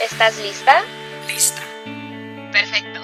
¿Estás lista? Lista. Perfecto.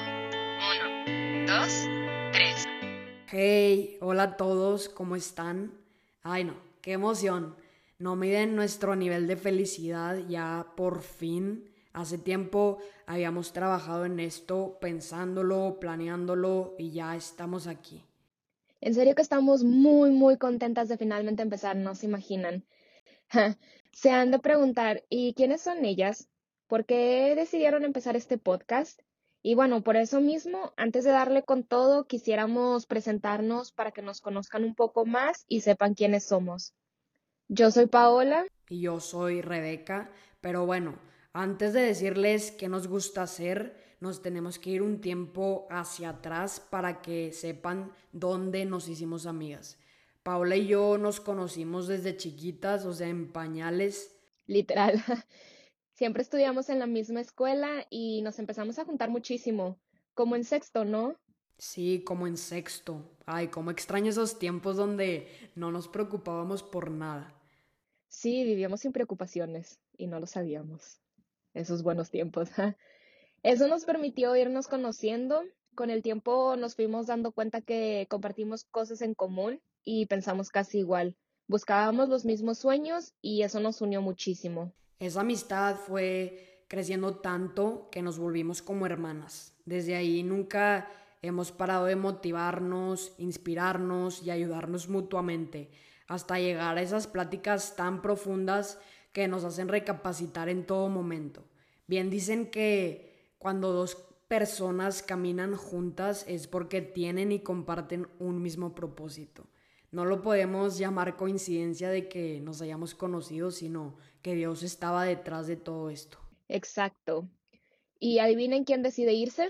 1, 2, 3. Hey, hola a todos, ¿cómo están? Ay no, qué emoción. No miden nuestro nivel de felicidad, ya por fin. Hace tiempo habíamos trabajado en esto, pensándolo, planeándolo y ya estamos aquí. En serio que estamos muy contentas de finalmente empezar, no se imaginan. Ja, se han de preguntar, ¿y quiénes son ellas? ¿Por qué decidieron empezar este podcast? Y bueno, por eso mismo, antes de darle con todo, quisiéramos presentarnos para que nos conozcan un poco más y sepan quiénes somos. Yo soy Paola. Y yo soy Rebeca, pero bueno, antes de decirles qué nos gusta hacer, nos tenemos que ir un tiempo hacia atrás para que sepan dónde nos hicimos amigas. Paola y yo nos conocimos desde chiquitas, o sea, en pañales. Literal. Siempre estudiamos en la misma escuela y nos empezamos a juntar muchísimo, como en sexto, ¿no? Sí, como en sexto. Ay, cómo extraño esos tiempos donde no nos preocupábamos por nada. Sí, vivíamos sin preocupaciones y no lo sabíamos. Esos buenos tiempos. Ja. Eso nos permitió irnos conociendo. Con el tiempo nos fuimos dando cuenta que compartimos cosas en común y pensamos casi igual. Buscábamos los mismos sueños y eso nos unió muchísimo. Esa amistad fue creciendo tanto que nos volvimos como hermanas. Desde ahí nunca hemos parado de motivarnos, inspirarnos y ayudarnos mutuamente, hasta llegar a esas pláticas tan profundas que nos hacen recapacitar en todo momento. Bien dicen que cuando dos personas caminan juntas es porque tienen y comparten un mismo propósito. No lo podemos llamar coincidencia de que nos hayamos conocido, sino que Dios estaba detrás de todo esto. Exacto. ¿Y adivinen quién decide irse?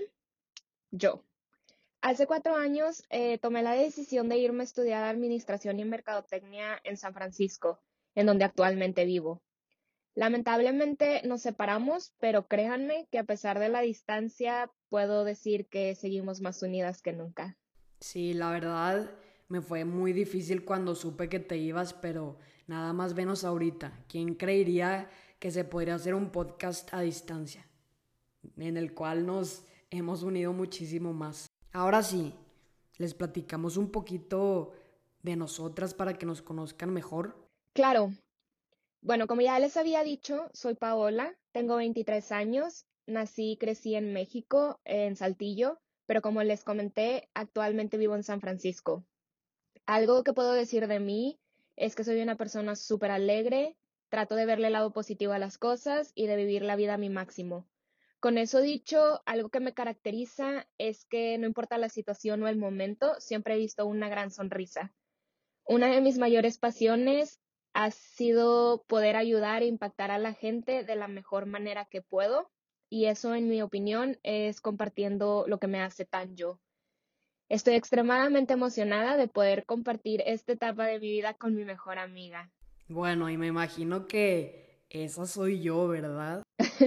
Yo. Hace 4 años tomé la decisión de irme a estudiar Administración y Mercadotecnia en San Francisco, en donde actualmente vivo. Lamentablemente nos separamos, pero créanme que a pesar de la distancia, puedo decir que seguimos más unidas que nunca. Sí, la verdad me fue muy difícil cuando supe que te ibas, pero nada más venos ahorita. ¿Quién creería que se podría hacer un podcast a distancia, en el cual nos hemos unido muchísimo más? Ahora sí, les platicamos un poquito de nosotras para que nos conozcan mejor. Claro, bueno, como ya les había dicho, soy Paola, tengo 23 años, nací y crecí en México, en Saltillo, pero como les comenté, actualmente vivo en San Francisco. Algo que puedo decir de mí es que soy una persona súper alegre, trato de verle el lado positivo a las cosas y de vivir la vida a mi máximo. Con eso dicho, algo que me caracteriza es que no importa la situación o el momento, siempre he visto una gran sonrisa. Una de mis mayores pasiones ha sido poder ayudar e impactar a la gente de la mejor manera que puedo, y eso, en mi opinión, es compartiendo lo que me hace tan yo. Estoy extremadamente emocionada de poder compartir esta etapa de mi vida con mi mejor amiga. Bueno, y me imagino que esa soy yo, ¿verdad?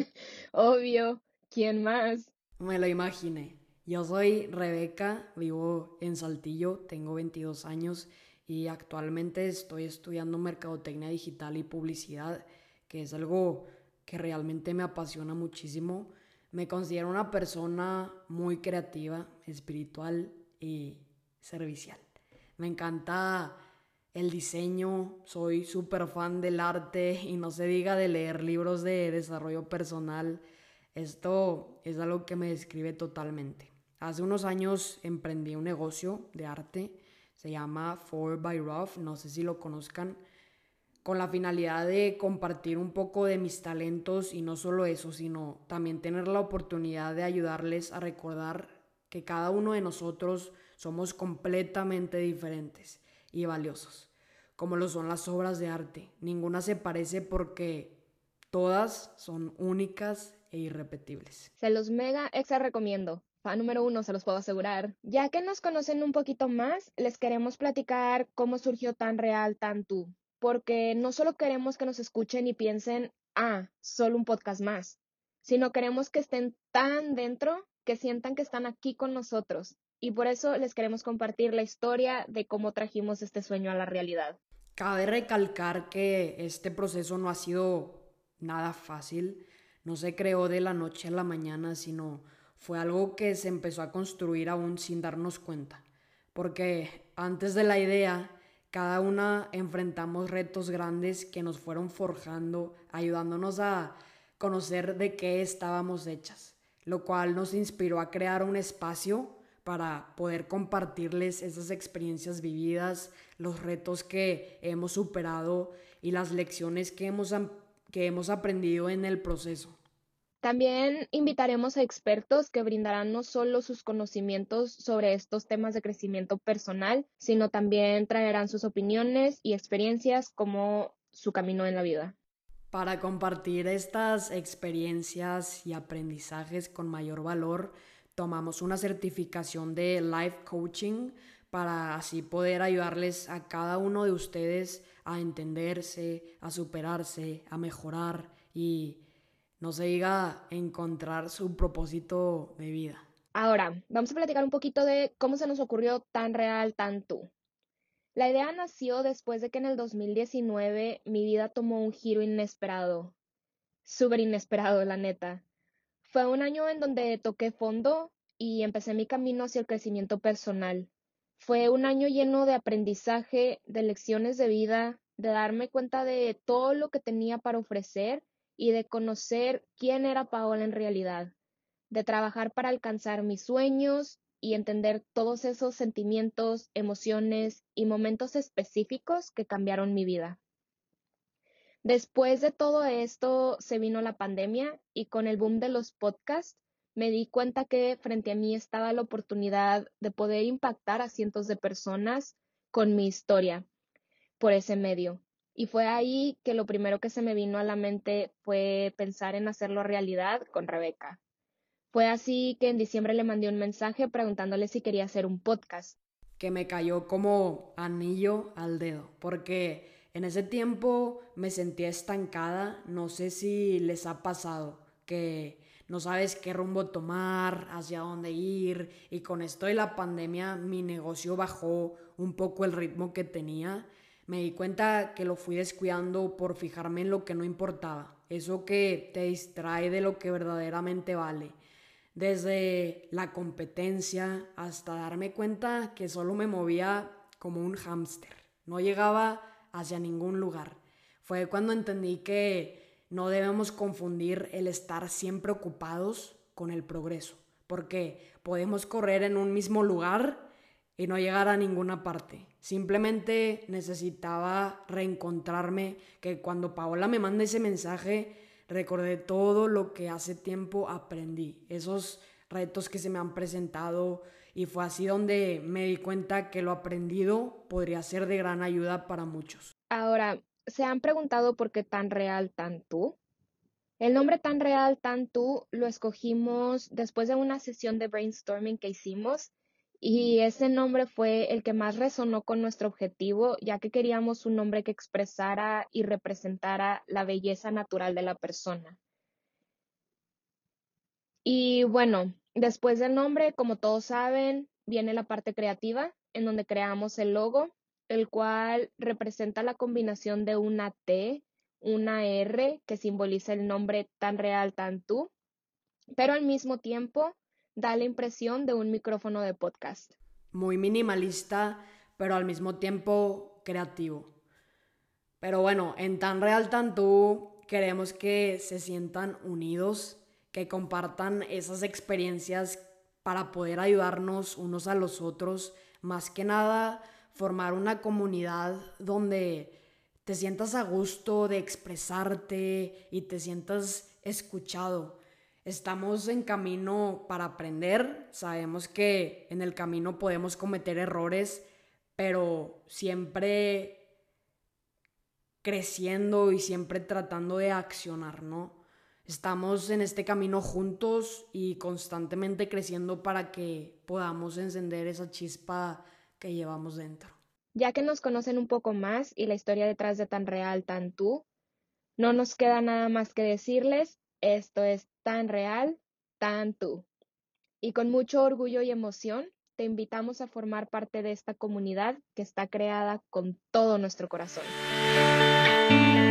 Obvio, ¿quién más? Me lo imaginé. Yo soy Rebeca, vivo en Saltillo, tengo 22 años y actualmente estoy estudiando Mercadotecnia Digital y Publicidad, que es algo que realmente me apasiona muchísimo. Me considero una persona muy creativa, espiritual y servicial. Me encanta el diseño, soy súper fan del arte y no se diga de leer libros de desarrollo personal. Esto es algo que me describe totalmente. Hace unos años emprendí un negocio de arte, se llama 4 by Rough, no sé si lo conozcan, con la finalidad de compartir un poco de mis talentos y no solo eso, sino también tener la oportunidad de ayudarles a recordar que cada uno de nosotros somos completamente diferentes y valiosos, como lo son las obras de arte. Ninguna se parece porque todas son únicas e irrepetibles. Se los mega extra recomiendo. Fan número 1, se los puedo asegurar. Ya que nos conocen un poquito más, les queremos platicar cómo surgió Tan Real, Tan Tú. Porque no solo queremos que nos escuchen y piensen, solo un podcast más, sino queremos que estén tan dentro que sientan que están aquí con nosotros. Y por eso les queremos compartir la historia de cómo trajimos este sueño a la realidad. Cabe recalcar que este proceso no ha sido nada fácil. no se creó de la noche a la mañana, sino fue algo que se empezó a construir aún sin darnos cuenta. Porque antes de la idea, cada una enfrentamos retos grandes que nos fueron forjando, ayudándonos a conocer de qué estábamos hechas, lo cual nos inspiró a crear un espacio para poder compartirles esas experiencias vividas, los retos que hemos superado y las lecciones que hemos aprendido en el proceso. También invitaremos a expertos que brindarán no solo sus conocimientos sobre estos temas de crecimiento personal, sino también traerán sus opiniones y experiencias como su camino en la vida. Para compartir estas experiencias y aprendizajes con mayor valor, tomamos una certificación de Life Coaching para así poder ayudarles a cada uno de ustedes a entenderse, a superarse, a mejorar y no se diga encontrar su propósito de vida. Ahora, vamos a platicar un poquito de cómo se nos ocurrió Tan Real, Tan Tú. La idea nació después de que en el 2019 mi vida tomó un giro inesperado, súper inesperado, la neta. Fue un año en donde toqué fondo y empecé mi camino hacia el crecimiento personal. Fue un año lleno de aprendizaje, de lecciones de vida, de darme cuenta de todo lo que tenía para ofrecer y de conocer quién era Paola en realidad, de trabajar para alcanzar mis sueños y entender todos esos sentimientos, emociones y momentos específicos que cambiaron mi vida. Después de todo esto se vino la pandemia y con el boom de los podcasts me di cuenta que frente a mí estaba la oportunidad de poder impactar a cientos de personas con mi historia por ese medio. Y fue ahí que lo primero que se me vino a la mente fue pensar en hacerlo realidad con Rebeca. Fue así que en diciembre le mandé un mensaje preguntándole si quería hacer un podcast. Que me cayó como anillo al dedo, porque en ese tiempo me sentía estancada, no sé si les ha pasado, que no sabes qué rumbo tomar, hacia dónde ir, y con esto de la pandemia mi negocio bajó un poco el ritmo que tenía. Me di cuenta que lo fui descuidando por fijarme en lo que no importaba, eso que te distrae de lo que verdaderamente vale. Desde la competencia hasta darme cuenta que solo me movía como un hámster. No llegaba hacia ningún lugar. Fue cuando entendí que no debemos confundir el estar siempre ocupados con el progreso, porque podemos correr en un mismo lugar y no llegar a ninguna parte. Simplemente necesitaba reencontrarme, que cuando Paola me manda ese mensaje, recordé todo lo que hace tiempo aprendí, esos retos que se me han presentado, y fue así donde me di cuenta que lo aprendido podría ser de gran ayuda para muchos. Ahora, ¿se han preguntado por qué Tan Real, Tan Tú? El nombre Tan Real, Tan Tú lo escogimos después de una sesión de brainstorming que hicimos y ese nombre fue el que más resonó con nuestro objetivo, ya que queríamos un nombre que expresara y representara la belleza natural de la persona. Y bueno, después del nombre, como todos saben, viene la parte creativa, en donde creamos el logo, el cual representa la combinación de una T, una R, que simboliza el nombre Tan Real, Tan Tú, pero al mismo tiempo da la impresión de un micrófono de podcast. Muy minimalista, pero al mismo tiempo creativo. Pero bueno, en Tan Real Tan Tú queremos que se sientan unidos, que compartan esas experiencias para poder ayudarnos unos a los otros. Más que nada, formar una comunidad donde te sientas a gusto de expresarte y te sientas escuchado. Estamos en camino para aprender, sabemos que en el camino podemos cometer errores, pero siempre creciendo y siempre tratando de accionar, ¿no? Estamos en este camino juntos y constantemente creciendo para que podamos encender esa chispa que llevamos dentro. Ya que nos conocen un poco más y la historia detrás de Tan Real, Tan Tú, no nos queda nada más que decirles, esto es Tan Real, Tan Tú. Y con mucho orgullo y emoción, te invitamos a formar parte de esta comunidad que está creada con todo nuestro corazón.